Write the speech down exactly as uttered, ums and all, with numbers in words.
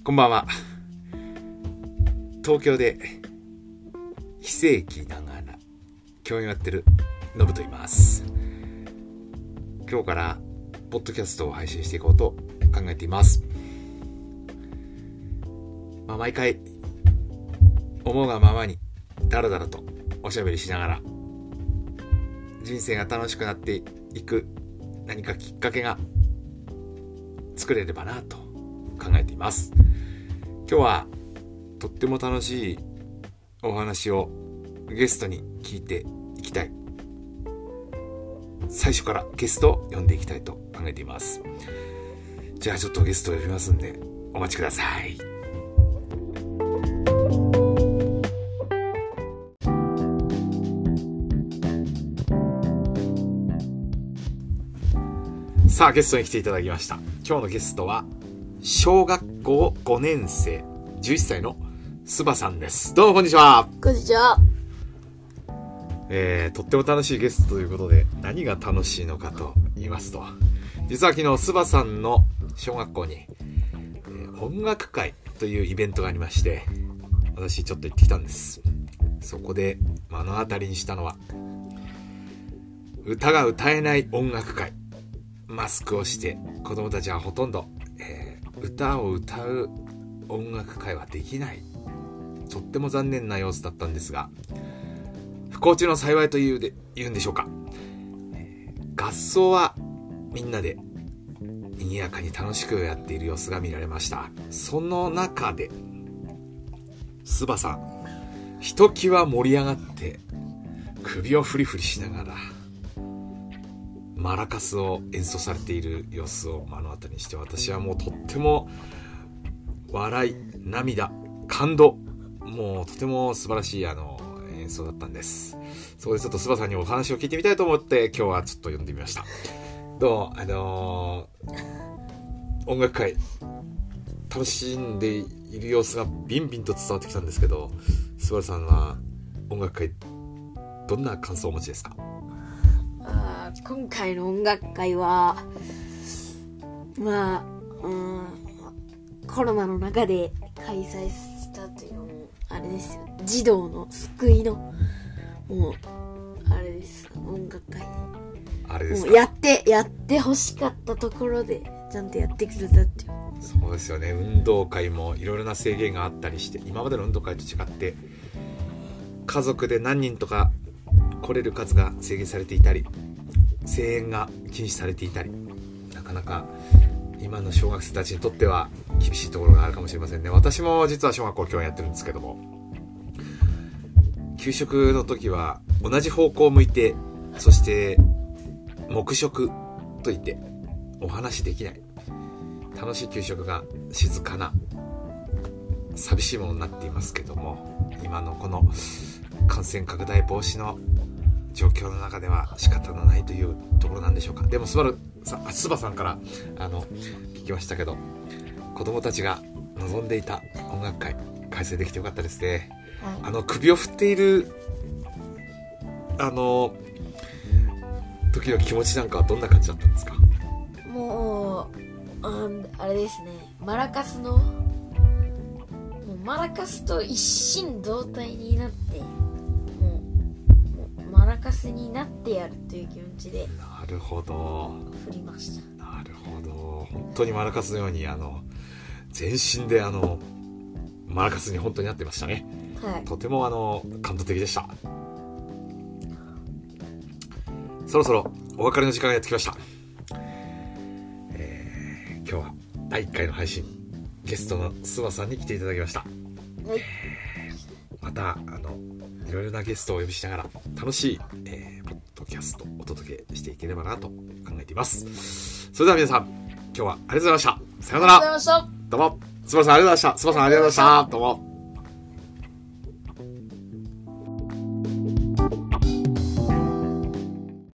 こんばんは。東京で非正規ながら教員をやってるノブと言います。今日からポッドキャストを配信していこうと考えています。まあ、毎回思うがままにだらだらとおしゃべりしながら人生が楽しくなっていく何かきっかけが作れればなと考えています。今日はとっても楽しいお話をゲストに聞いていきたい。最初からゲストを呼んでいきたいと考えています。じゃあちょっとゲストを呼びますんでお待ちください。さあゲストに来ていただきました。今日のゲストは小学校ごねん生じゅういっさいのスバさんです。どうもこんにちは。 こんにちは。 えー、とっても楽しいゲストということで、何が楽しいのかと言いますと、実は昨日スバさんの小学校に、えー、音楽会というイベントがありまして、私ちょっと行ってきたんです。そこで目の当たりにしたのは、歌が歌えない音楽会。マスクをして子供たちはほとんど、えー、歌を歌う音楽会はできない、とっても残念な様子だったんですが、不幸中の幸いというで言うんでしょうか、えー、合奏はみんなで賑やかに楽しくやっている様子が見られました。その中でスバさんひときわ盛り上がって首をフリフリしながらマラカスを演奏されている様子を目の当たりにして、私はもうとっても笑い、涙、感動、もうとても素晴らしいあの演奏だったんです。そこでちょっとスバさんにお話を聞いてみたいと思って今日はちょっと呼んでみました。どうあのー、音楽会楽しんでいる様子がビンビンと伝わってきたんですけど、スバルさんは音楽会どんな感想をお持ちですか？ あ今回の音楽会はまあ、うん、コロナの中で開催したというのもあれですよ。児童の救いのもうあれです。音楽会あれですか？ もうやってやって欲しかったところでちゃんとやってくれたっていう。 そうですよね。運動会もいろいろな制限があったりして、今までの運動会と違って家族で何人とか来れる数が制限されていたり、声援が禁止されていたり、なかなか今の小学生たちにとっては厳しいところがあるかもしれませんね。私も実は小学校教員やってるんですけども、給食の時は同じ方向を向いて、そして黙食といってお話できない、楽しい給食が静かな寂しいものになっていますけども、今のこの感染拡大防止の状況の中では仕方のないというところなんでしょうか。でもスバルさスバさんからあの聞きましたけど、子供たちが望んでいた音楽会開催できてよかったですね。あの首を振っているあの時の気持ちなんかはどんな感じだったんですか？ もう あ, あれですね、マラカスのもうマラカスと一心同体になってもう、もうマラカスになってやるという気持ちでなるほど振りました。 なるほど。本当にマラカスのようにあの全身であのマラカスに本当になってましたね。 はい、 とてもあの感動的でした。そろそろお別れの時間がやってきました。えー、今日はだいいっかいの配信、ゲストのスバさんに来ていただきました。はい、えー、またあのいろいろなゲストをお呼びしながら楽しい、えー、ポッドキャストをお届けしていければなと考えています。それでは皆さん、今日はありがとうございました。さようなら。 ありがとうございました。 どうもスバさんありがとうございました。スバさんありがとうございました。どうも。